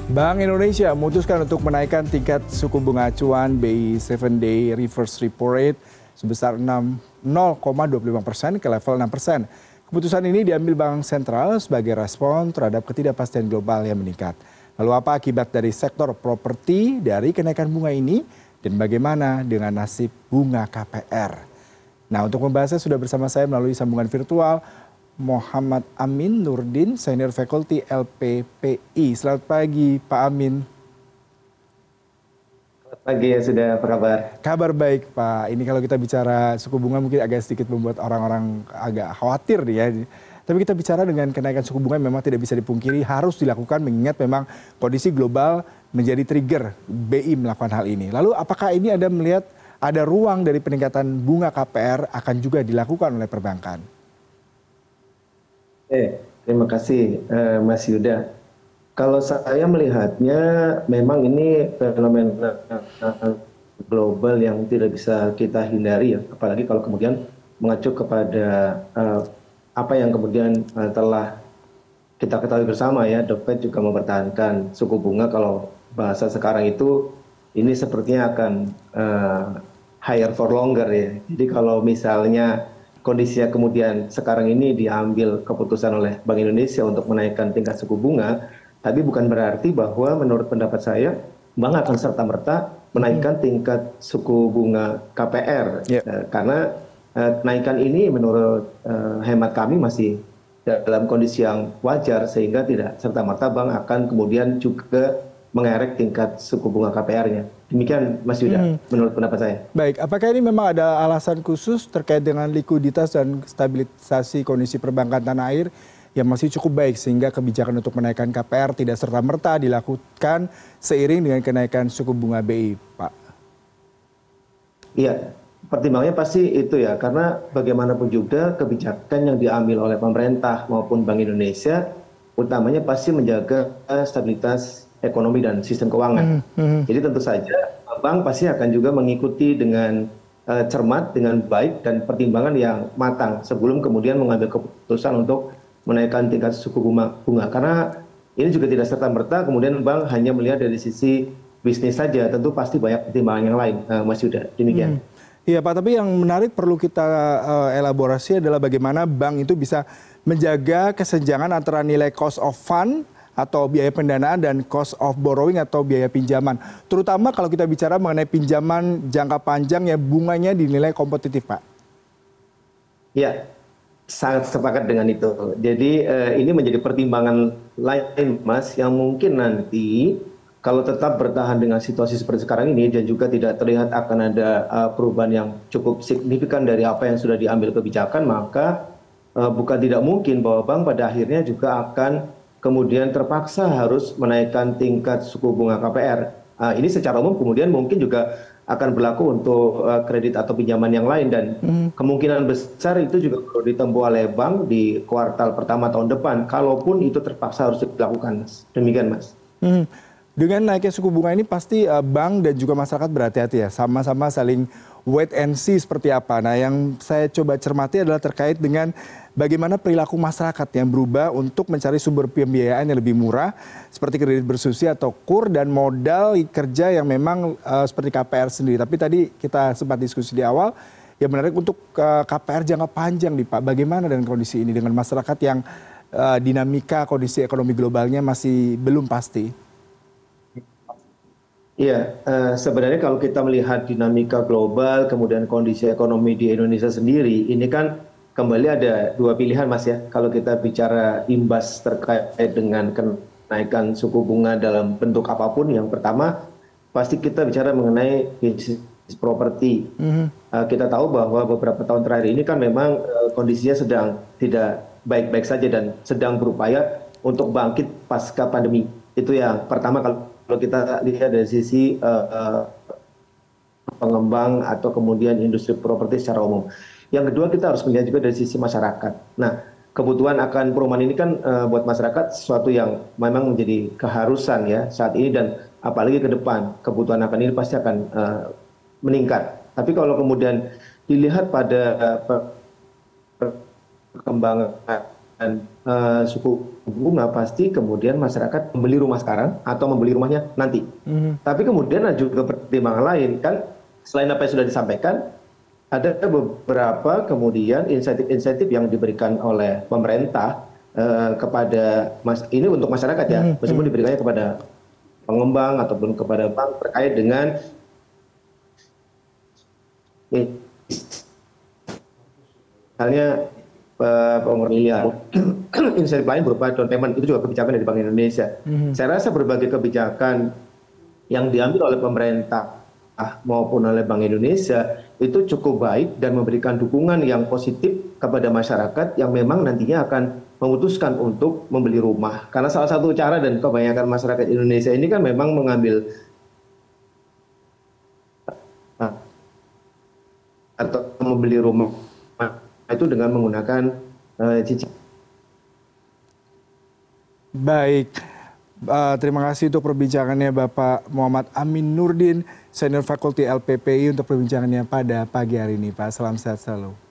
Bank Indonesia memutuskan untuk menaikkan tingkat suku bunga acuan BI 7-day reverse repo rate sebesar 0,25% ke level 6%. Keputusan ini diambil Bank Sentral sebagai respon terhadap ketidakpastian global yang meningkat. Lalu apa akibat dari sektor properti dari kenaikan bunga ini dan bagaimana dengan nasib bunga KPR? Nah, untuk membahasnya sudah bersama saya melalui sambungan virtual Muhammad Amin Nurdin, Senior Faculty LPPI. Selamat pagi, Pak Amin. Selamat pagi, ya sudah apa kabar? Kabar baik, Pak. Ini kalau kita bicara suku bunga mungkin agak sedikit membuat orang-orang agak khawatir nih ya. Tapi kita bicara dengan kenaikan suku bunga memang tidak bisa dipungkiri harus dilakukan mengingat memang kondisi global menjadi trigger BI melakukan hal ini. Lalu apakah ini Anda melihat ada ruang dari peningkatan bunga KPR akan juga dilakukan oleh perbankan? Terima kasih Mas Yuda. Kalau saya melihatnya memang ini fenomena global yang tidak bisa kita hindari ya, apalagi kalau kemudian mengacu kepada apa yang kemudian telah kita ketahui bersama ya, The Fed juga mempertahankan suku bunga kalau bahasa sekarang itu ini sepertinya akan higher for longer ya. Jadi kalau misalnya kondisinya kemudian sekarang ini diambil keputusan oleh Bank Indonesia untuk menaikkan tingkat suku bunga, tapi bukan berarti bahwa menurut pendapat saya Bank akan serta-merta menaikkan tingkat suku bunga KPR. Karena kenaikan ini menurut hemat kami masih dalam kondisi yang wajar sehingga tidak serta-merta Bank akan kemudian juga mengerek tingkat suku bunga KPR-nya. Demikian Mas Yuda, menurut pendapat saya. Baik, apakah ini memang ada alasan khusus terkait dengan likuiditas dan stabilisasi kondisi perbankan tanah air yang masih cukup baik sehingga kebijakan untuk menaikkan KPR tidak serta-merta dilakukan seiring dengan kenaikan suku bunga BI, Pak? Iya, pertimbangannya pasti itu ya, karena bagaimanapun juga kebijakan yang diambil oleh pemerintah maupun Bank Indonesia utamanya pasti menjaga stabilitas ekonomi dan sistem keuangan. Jadi tentu saja bank pasti akan juga mengikuti dengan cermat, dengan baik dan pertimbangan yang matang sebelum kemudian mengambil keputusan untuk menaikkan tingkat suku bunga. Karena ini juga tidak serta-merta kemudian bank hanya melihat dari sisi bisnis saja, tentu pasti banyak pertimbangan yang lain, Mas Yuda. Demikian. Iya Pak, tapi yang menarik perlu kita elaborasi adalah bagaimana bank itu bisa menjaga kesenjangan antara nilai cost of fund atau biaya pendanaan dan cost of borrowing atau biaya pinjaman. Terutama kalau kita bicara mengenai pinjaman jangka panjang ya bunganya dinilai kompetitif, Pak. Ya, sangat sepakat dengan itu. Jadi ini menjadi pertimbangan lain Mas yang mungkin nanti kalau tetap bertahan dengan situasi seperti sekarang ini dan juga tidak terlihat akan ada perubahan yang cukup signifikan dari apa yang sudah diambil kebijakan, maka bukan tidak mungkin bahwa bank pada akhirnya juga akan kemudian terpaksa harus menaikkan tingkat suku bunga KPR. Ini secara umum kemudian mungkin juga akan berlaku untuk kredit atau pinjaman yang lain dan kemungkinan besar itu juga perlu ditempuh oleh bank di kuartal pertama tahun depan, kalaupun itu terpaksa harus dilakukan, Mas. Demikian, Mas. Dengan naiknya suku bunga ini pasti bank dan juga masyarakat berhati-hati ya, sama-sama saling wait and see seperti apa. Nah yang saya coba cermati adalah terkait dengan bagaimana perilaku masyarakat yang berubah untuk mencari sumber pembiayaan yang lebih murah seperti kredit bersusi atau KUR dan modal kerja yang memang seperti KPR sendiri. Tapi tadi kita sempat diskusi di awal, ya menarik untuk KPR jangka panjang nih Pak. Bagaimana dengan kondisi ini dengan masyarakat yang dinamika kondisi ekonomi globalnya masih belum pasti? Iya, sebenarnya kalau kita melihat dinamika global, kemudian kondisi ekonomi di Indonesia sendiri, ini kan kembali ada dua pilihan Mas ya. Kalau kita bicara imbas terkait dengan kenaikan suku bunga dalam bentuk apapun, yang pertama pasti kita bicara mengenai bisnis properti. Kita tahu bahwa beberapa tahun terakhir ini kan memang kondisinya sedang tidak baik-baik saja dan sedang berupaya untuk bangkit pasca pandemi. Itu yang pertama kalau kita lihat dari sisi pengembang atau kemudian industri properti secara umum. Yang kedua kita harus melihat juga dari sisi masyarakat. Nah, kebutuhan akan perumahan ini kan buat masyarakat sesuatu yang memang menjadi keharusan ya saat ini dan apalagi ke depan kebutuhan akan ini pasti akan meningkat. Tapi kalau kemudian dilihat pada perkembangan suku bunga, pasti kemudian masyarakat membeli rumah sekarang atau membeli rumahnya nanti. Tapi kemudian ada juga pertimbangan lain kan, selain apa yang sudah disampaikan, ada beberapa kemudian insentif-insentif yang diberikan oleh pemerintah kepada ini untuk masyarakat ya, meskipun diberikannya kepada pengembang ataupun kepada bank terkait dengan misalnya pengeluaran miliar. Insentif lain berupa down payment, itu juga kebijakan dari Bank Indonesia. Saya rasa berbagai kebijakan yang diambil oleh pemerintah maupun oleh Bank Indonesia itu cukup baik dan memberikan dukungan yang positif kepada masyarakat yang memang nantinya akan memutuskan untuk membeli rumah. Karena salah satu cara dan kebanyakan masyarakat Indonesia ini kan memang mengambil atau membeli rumah itu dengan menggunakan cicilan. Baik, terima kasih untuk perbincangannya Bapak Muhammad Amin Nurdin, Senior Fakulti LPPI untuk perbincangannya pada pagi hari ini Pak. Salam sehat selalu.